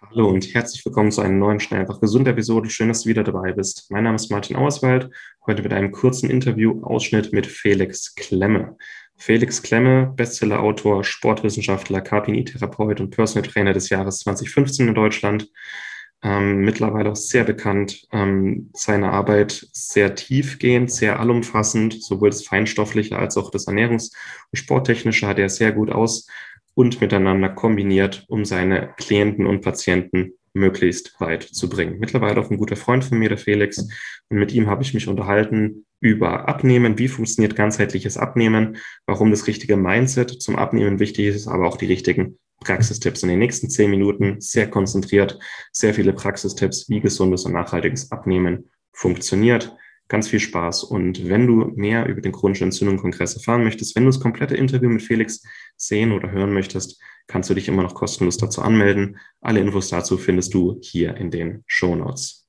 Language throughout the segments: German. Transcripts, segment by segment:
Hallo und herzlich willkommen zu einer neuen Schnell einfach gesund Episode. Schön, dass du wieder dabei bist. Mein Name ist Martin Auerswald, heute mit einem kurzen Interview-Ausschnitt mit Felix Klemme. Felix Klemme, Bestseller-Autor, Sportwissenschaftler, KPI-Therapeut und Personal Trainer des Jahres 2015 in Deutschland. Mittlerweile auch sehr bekannt. Seine Arbeit ist sehr tiefgehend, sehr allumfassend, sowohl das Feinstoffliche als auch das Ernährungs- und Sporttechnische hat er sehr gut aus und miteinander kombiniert, um seine Klienten und Patienten möglichst weit zu bringen. Mittlerweile auch ein guter Freund von mir, der Felix, und mit ihm habe ich mich unterhalten über Abnehmen, wie funktioniert ganzheitliches Abnehmen, warum das richtige Mindset zum Abnehmen wichtig ist, aber auch die richtigen Praxistipps. In den nächsten 10 Minuten sehr konzentriert, sehr viele Praxistipps, wie gesundes und nachhaltiges Abnehmen funktioniert. Ganz viel Spaß. Und wenn du mehr über den chronischen Entzündungen-Kongress erfahren möchtest, wenn du das komplette Interview mit Felix sehen oder hören möchtest, kannst du dich immer noch kostenlos dazu anmelden. Alle Infos dazu findest du hier in den Shownotes.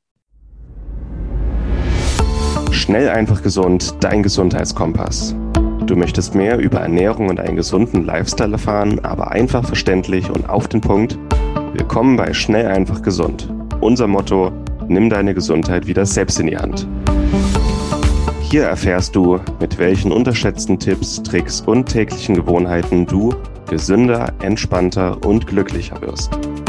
Schnell, einfach gesund, dein Gesundheitskompass. Du möchtest mehr über Ernährung und einen gesunden Lifestyle erfahren, aber einfach verständlich und auf den Punkt? Willkommen bei Schnell, einfach gesund. Unser Motto: Nimm deine Gesundheit wieder selbst in die Hand. Hier erfährst du, mit welchen unterschätzten Tipps, Tricks und täglichen Gewohnheiten du gesünder, entspannter und glücklicher wirst.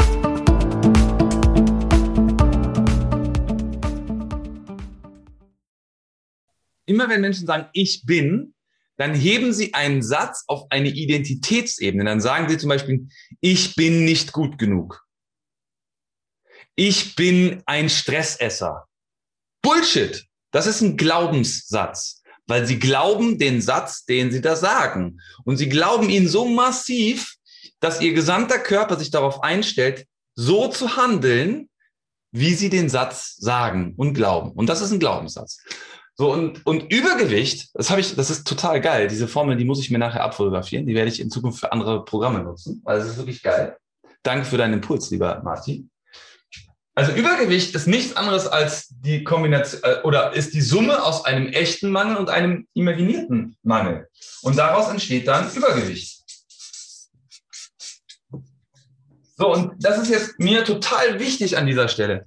Immer wenn Menschen sagen, ich bin, dann heben sie einen Satz auf eine Identitätsebene. Dann sagen sie zum Beispiel, ich bin nicht gut genug. Ich bin ein Stressesser. Bullshit. Das ist ein Glaubenssatz, weil sie glauben den Satz, den sie da sagen. Und sie glauben ihn so massiv, dass ihr gesamter Körper sich darauf einstellt, so zu handeln, wie sie den Satz sagen und glauben. Und das ist ein Glaubenssatz. So, und Übergewicht, das ist total geil. Diese Formel, die muss ich mir nachher abfotografieren. Die werde ich in Zukunft für andere Programme nutzen. Also das ist wirklich geil. Danke für deinen Impuls, lieber Martin. Also Übergewicht ist nichts anderes als die Kombination oder ist die Summe aus einem echten Mangel und einem imaginierten Mangel. Und daraus entsteht dann Übergewicht. So, und das ist jetzt mir total wichtig an dieser Stelle.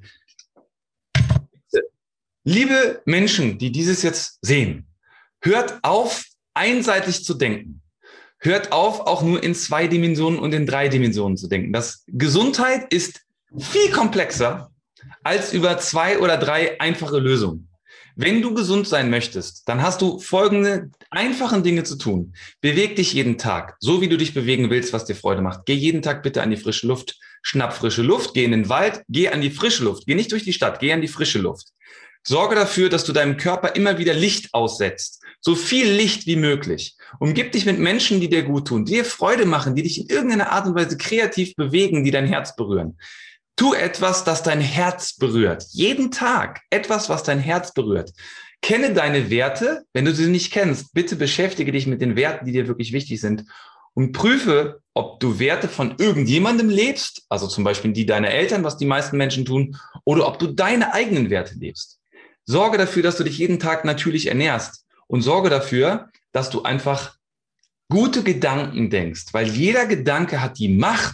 Liebe Menschen, die dieses jetzt sehen, hört auf, einseitig zu denken. Hört auf, auch nur in 2 Dimensionen und in 3 Dimensionen zu denken. Das Gesundheit ist viel komplexer als über 2 oder 3 einfache Lösungen. Wenn du gesund sein möchtest, dann hast du folgende einfachen Dinge zu tun. Beweg dich jeden Tag, so wie du dich bewegen willst, was dir Freude macht. Geh jeden Tag bitte an die frische Luft, schnapp frische Luft, geh in den Wald, geh an die frische Luft. Geh nicht durch die Stadt, geh an die frische Luft. Sorge dafür, dass du deinem Körper immer wieder Licht aussetzt. So viel Licht wie möglich. Umgib dich mit Menschen, die dir gut tun, die dir Freude machen, die dich in irgendeiner Art und Weise kreativ bewegen, die dein Herz berühren. Tu etwas, das dein Herz berührt. Jeden Tag etwas, was dein Herz berührt. Kenne deine Werte. Wenn du sie nicht kennst, bitte beschäftige dich mit den Werten, die dir wirklich wichtig sind. Und prüfe, ob du Werte von irgendjemandem lebst, also zum Beispiel die deiner Eltern, was die meisten Menschen tun, oder ob du deine eigenen Werte lebst. Sorge dafür, dass du dich jeden Tag natürlich ernährst und sorge dafür, dass du einfach gute Gedanken denkst, weil jeder Gedanke hat die Macht,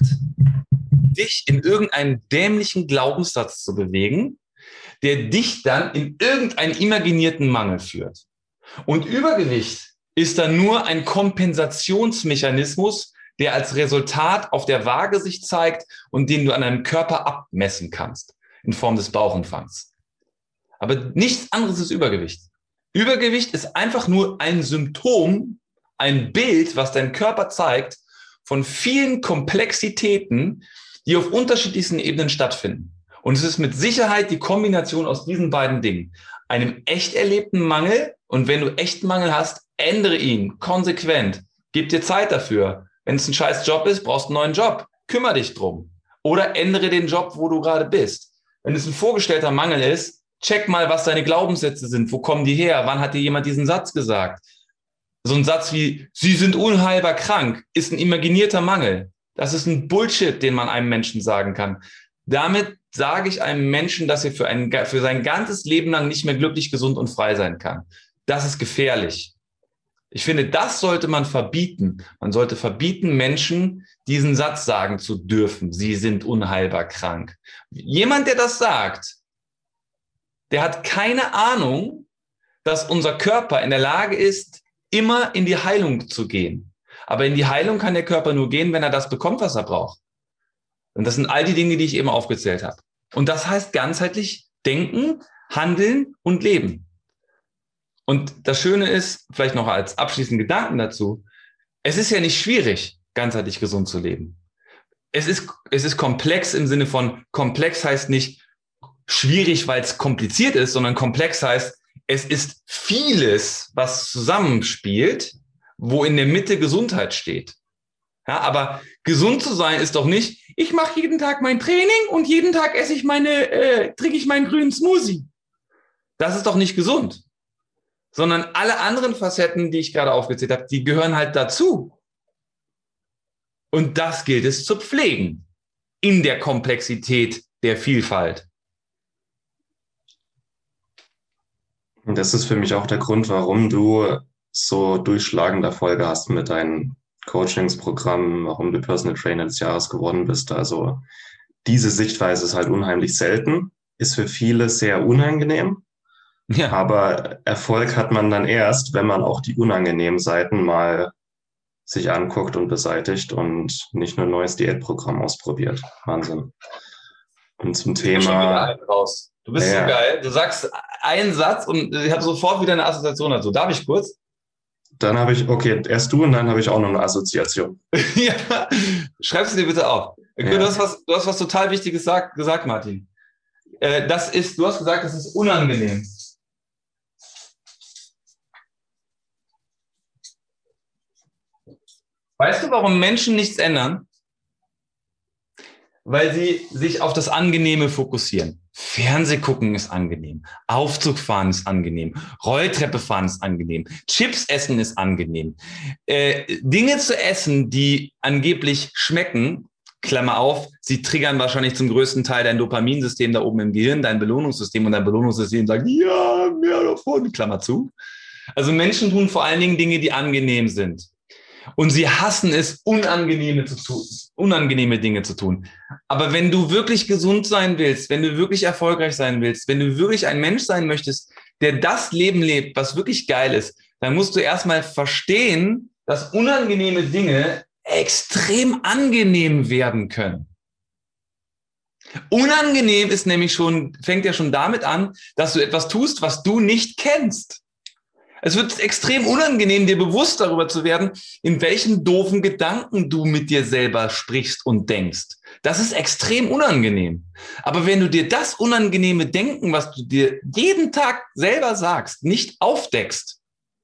dich in irgendeinen dämlichen Glaubenssatz zu bewegen, der dich dann in irgendeinen imaginierten Mangel führt. Und Übergewicht ist dann nur ein Kompensationsmechanismus, der als Resultat auf der Waage sich zeigt und den du an deinem Körper abmessen kannst, in Form des Bauchumfangs. Aber nichts anderes ist Übergewicht. Übergewicht ist einfach nur ein Symptom, ein Bild, was dein Körper zeigt von vielen Komplexitäten, die auf unterschiedlichsten Ebenen stattfinden. Und es ist mit Sicherheit die Kombination aus diesen beiden Dingen. Einem echt erlebten Mangel, und wenn du echten Mangel hast, ändere ihn konsequent. Gib dir Zeit dafür. Wenn es ein scheiß Job ist, brauchst du einen neuen Job. Kümmere dich drum. Oder ändere den Job, wo du gerade bist. Wenn es ein vorgestellter Mangel ist, check mal, was deine Glaubenssätze sind. Wo kommen die her? Wann hat dir jemand diesen Satz gesagt? So ein Satz wie, Sie sind unheilbar krank, ist ein imaginierter Mangel. Das ist ein Bullshit, den man einem Menschen sagen kann. Damit sage ich einem Menschen, dass er für sein ganzes Leben lang nicht mehr glücklich, gesund und frei sein kann. Das ist gefährlich. Ich finde, das sollte man verbieten. Man sollte verbieten, Menschen diesen Satz sagen zu dürfen. Sie sind unheilbar krank. Jemand, der das sagt, der hat keine Ahnung, dass unser Körper in der Lage ist, immer in die Heilung zu gehen. Aber in die Heilung kann der Körper nur gehen, wenn er das bekommt, was er braucht. Und das sind all die Dinge, die ich eben aufgezählt habe. Und das heißt ganzheitlich denken, handeln und leben. Und das Schöne ist, vielleicht noch als abschließenden Gedanken dazu, es ist ja nicht schwierig, ganzheitlich gesund zu leben. Es ist komplex im Sinne von, komplex heißt nicht schwierig, weil es kompliziert ist, sondern komplex heißt, es ist vieles, was zusammenspielt, wo in der Mitte Gesundheit steht. Ja, aber gesund zu sein ist doch nicht, ich mache jeden Tag mein Training und jeden Tag trinke ich meinen grünen Smoothie. Das ist doch nicht gesund. Sondern alle anderen Facetten, die ich gerade aufgezählt habe, die gehören halt dazu. Und das gilt es zu pflegen in der Komplexität der Vielfalt. Und das ist für mich auch der Grund, warum du so durchschlagende Erfolge hast mit deinen Coachingsprogrammen, warum du Personal Trainer des Jahres geworden bist. Also diese Sichtweise ist halt unheimlich selten, ist für viele sehr unangenehm. Ja. Aber Erfolg hat man dann erst, wenn man auch die unangenehmen Seiten mal sich anguckt und beseitigt und nicht nur ein neues Diätprogramm ausprobiert. Wahnsinn. Und zum Thema... Du bist so geil. Du sagst einen Satz und ich habe sofort wieder eine Assoziation dazu. Darf ich kurz? Dann habe ich, okay, erst du und dann habe ich auch noch eine Assoziation. Ja, schreibst du dir bitte auf. Ja. Du hast was total Wichtiges gesagt, Martin. Du hast gesagt, das ist unangenehm. Weißt du, warum Menschen nichts ändern? Weil sie sich auf das Angenehme fokussieren. Fernseh gucken ist angenehm. Aufzug fahren ist angenehm. Rolltreppe fahren ist angenehm. Chips essen ist angenehm. Dinge zu essen, die angeblich schmecken, Klammer auf, sie triggern wahrscheinlich zum größten Teil dein Dopaminsystem da oben im Gehirn, dein Belohnungssystem, und dein Belohnungssystem sagt, ja, mehr davon, Klammer zu. Also Menschen tun vor allen Dingen Dinge, die angenehm sind. Und sie hassen es, unangenehme Dinge zu tun. Aber wenn du wirklich gesund sein willst, wenn du wirklich erfolgreich sein willst, wenn du wirklich ein Mensch sein möchtest, der das Leben lebt, was wirklich geil ist, dann musst du erstmal verstehen, dass unangenehme Dinge extrem angenehm werden können. Unangenehm ist nämlich fängt ja schon damit an, dass du etwas tust, was du nicht kennst. Es wird extrem unangenehm, dir bewusst darüber zu werden, in welchen doofen Gedanken du mit dir selber sprichst und denkst. Das ist extrem unangenehm. Aber wenn du dir das unangenehme Denken, was du dir jeden Tag selber sagst, nicht aufdeckst,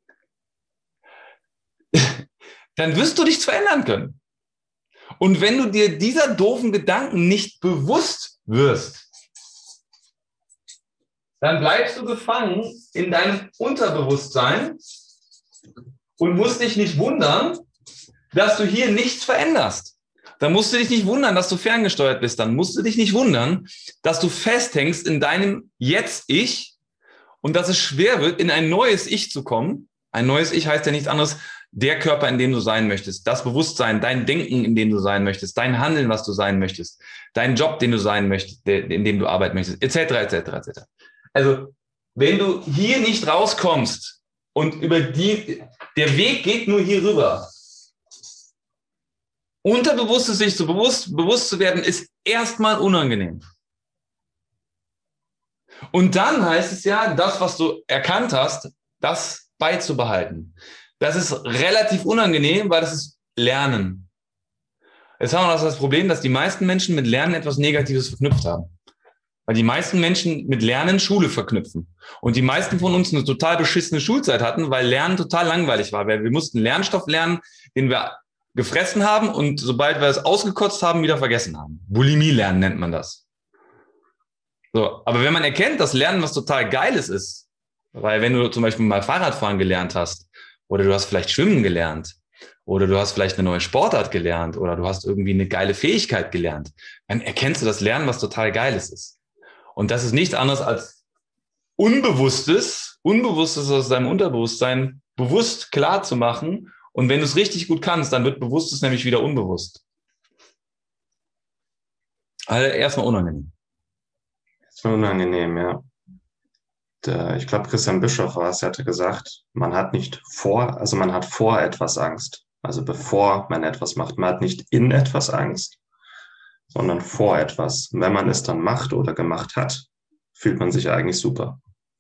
dann wirst du nichts verändern können. Und wenn du dir dieser doofen Gedanken nicht bewusst wirst, dann bleibst du gefangen in deinem Unterbewusstsein und musst dich nicht wundern, dass du hier nichts veränderst. Dann musst du dich nicht wundern, dass du ferngesteuert bist. Dann musst du dich nicht wundern, dass du festhängst in deinem Jetzt-Ich und dass es schwer wird, in ein neues Ich zu kommen. Ein neues Ich heißt ja nichts anderes, der Körper, in dem du sein möchtest, das Bewusstsein, dein Denken, in dem du sein möchtest, dein Handeln, was du sein möchtest, dein Job, den du sein möchtest, in dem du arbeiten möchtest, etc., etc., etc. Also, wenn du hier nicht rauskommst und der Weg geht nur hier rüber. Unterbewusstes sich so bewusst zu werden, ist erstmal unangenehm. Und dann heißt es ja, das, was du erkannt hast, das beizubehalten. Das ist relativ unangenehm, weil das ist Lernen. Jetzt haben wir das Problem, dass die meisten Menschen mit Lernen etwas Negatives verknüpft haben. Weil die meisten Menschen mit Lernen Schule verknüpfen. Und die meisten von uns eine total beschissene Schulzeit hatten, weil Lernen total langweilig war. Weil wir mussten Lernstoff lernen, den wir gefressen haben und sobald wir es ausgekotzt haben, wieder vergessen haben. Bulimie lernen nennt man das. So, aber wenn man erkennt, dass Lernen was total Geiles ist, weil wenn du zum Beispiel mal Fahrradfahren gelernt hast oder du hast vielleicht Schwimmen gelernt oder du hast vielleicht eine neue Sportart gelernt oder du hast irgendwie eine geile Fähigkeit gelernt, dann erkennst du, dass Lernen was total Geiles ist. Und das ist nichts anderes als Unbewusstes aus deinem Unterbewusstsein bewusst klar zu machen. Und wenn du es richtig gut kannst, dann wird Bewusstes nämlich wieder unbewusst. Also erstmal unangenehm. Erstmal unangenehm, ja. Ich glaube, Christian Bischoff war es, er hatte gesagt, man hat vor etwas Angst. Also bevor man etwas macht. Man hat nicht in etwas Angst, sondern vor etwas. Wenn man es dann macht oder gemacht hat, fühlt man sich eigentlich super.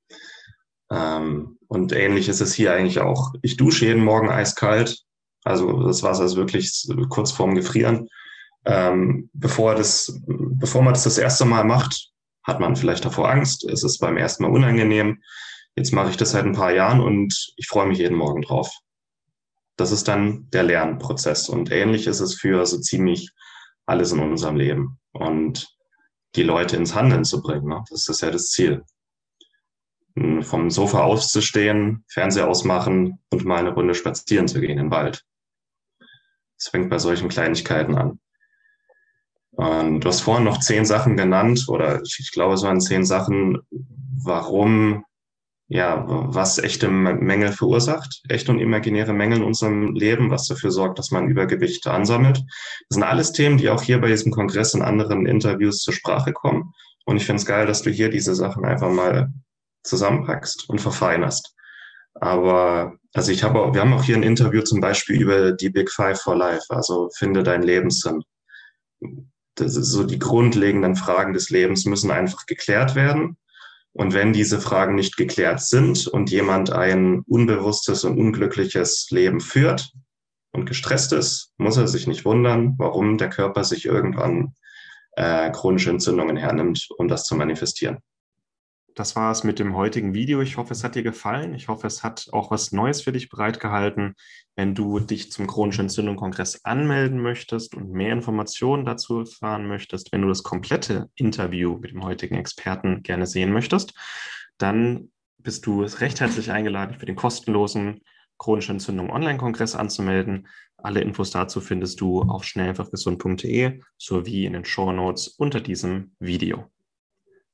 Und ähnlich ist es hier eigentlich auch. Ich dusche jeden Morgen eiskalt. Also das Wasser ist wirklich kurz vorm Gefrieren. Bevor man das erste Mal macht, hat man vielleicht davor Angst. Es ist beim ersten Mal unangenehm. Jetzt mache ich das seit ein paar Jahren und ich freue mich jeden Morgen drauf. Das ist dann der Lernprozess. Und ähnlich ist es für so ziemlich alles in unserem Leben. Und die Leute ins Handeln zu bringen, ne? Das ist ja das Ziel. Vom Sofa aufzustehen, Fernseher ausmachen und mal eine Runde spazieren zu gehen im Wald. Es fängt bei solchen Kleinigkeiten an. Und du hast vorhin noch 10 Sachen genannt, oder ich glaube, es waren 10 Sachen, was echte Mängel verursacht, echte und imaginäre Mängel in unserem Leben, was dafür sorgt, dass man Übergewicht ansammelt. Das sind alles Themen, die auch hier bei diesem Kongress in anderen Interviews zur Sprache kommen. Und ich finde es geil, dass du hier diese Sachen einfach mal zusammenpackst und verfeinerst. Aber wir haben auch hier ein Interview zum Beispiel über die Big Five for Life, also finde deinen Lebenssinn. Das ist so, die grundlegenden Fragen des Lebens müssen einfach geklärt werden. Und wenn diese Fragen nicht geklärt sind und jemand ein unbewusstes und unglückliches Leben führt und gestresst ist, muss er sich nicht wundern, warum der Körper sich irgendwann chronische Entzündungen hernimmt, um das zu manifestieren. Das war es mit dem heutigen Video. Ich hoffe, es hat dir gefallen. Ich hoffe, es hat auch was Neues für dich bereitgehalten. Wenn du dich zum Chronischen Entzündung-Kongress anmelden möchtest und mehr Informationen dazu erfahren möchtest, wenn du das komplette Interview mit dem heutigen Experten gerne sehen möchtest, dann bist du recht herzlich eingeladen, für den kostenlosen Chronische Entzündung Online-Kongress anzumelden. Alle Infos dazu findest du auf schnelleinfachgesund.de sowie in den Shownotes unter diesem Video.